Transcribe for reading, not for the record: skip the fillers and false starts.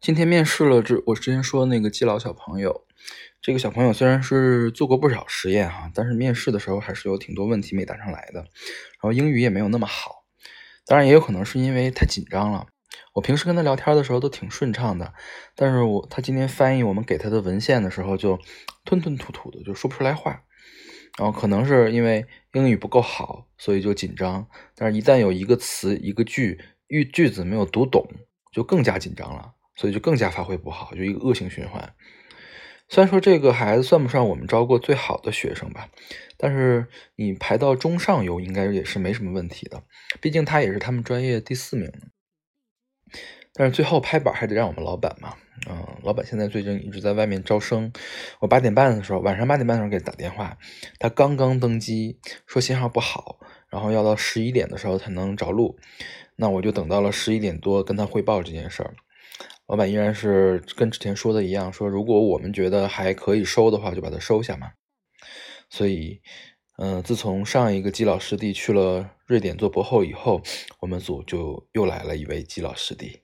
今天面试了我之前说那个季老小朋友，这个小朋友虽然是做过不少实验哈，但是面试的时候还是有挺多问题没答上来的，然后英语也没有那么好，当然也有可能是因为太紧张了。我平时跟他聊天的时候都挺顺畅的，但是他今天翻译我们给他的文献的时候就吞吞吐吐的，就说不出来话。然后可能是因为英语不够好，所以就紧张，但是一旦有一个词一个句子没有读懂，就更加紧张了，所以就更加发挥不好，就一个恶性循环。虽然说这个孩子算不上我们招过最好的学生吧，但是你排到中上游应该也是没什么问题的，毕竟他也是他们专业第4名。但是最后拍板还得让我们老板嘛，老板现在最近一直在外面招生。我8点半的时候，晚上8点半的时候给他打电话，他刚刚登机，说信号不好，然后要到11点的时候才能着陆。那我就等到了11点多跟他汇报这件事儿。老板依然是跟之前说的一样，说如果我们觉得还可以收的话，就把它收下嘛。所以，自从上一个季老师弟去了瑞典做博后以后，我们组就又来了一位季老师弟。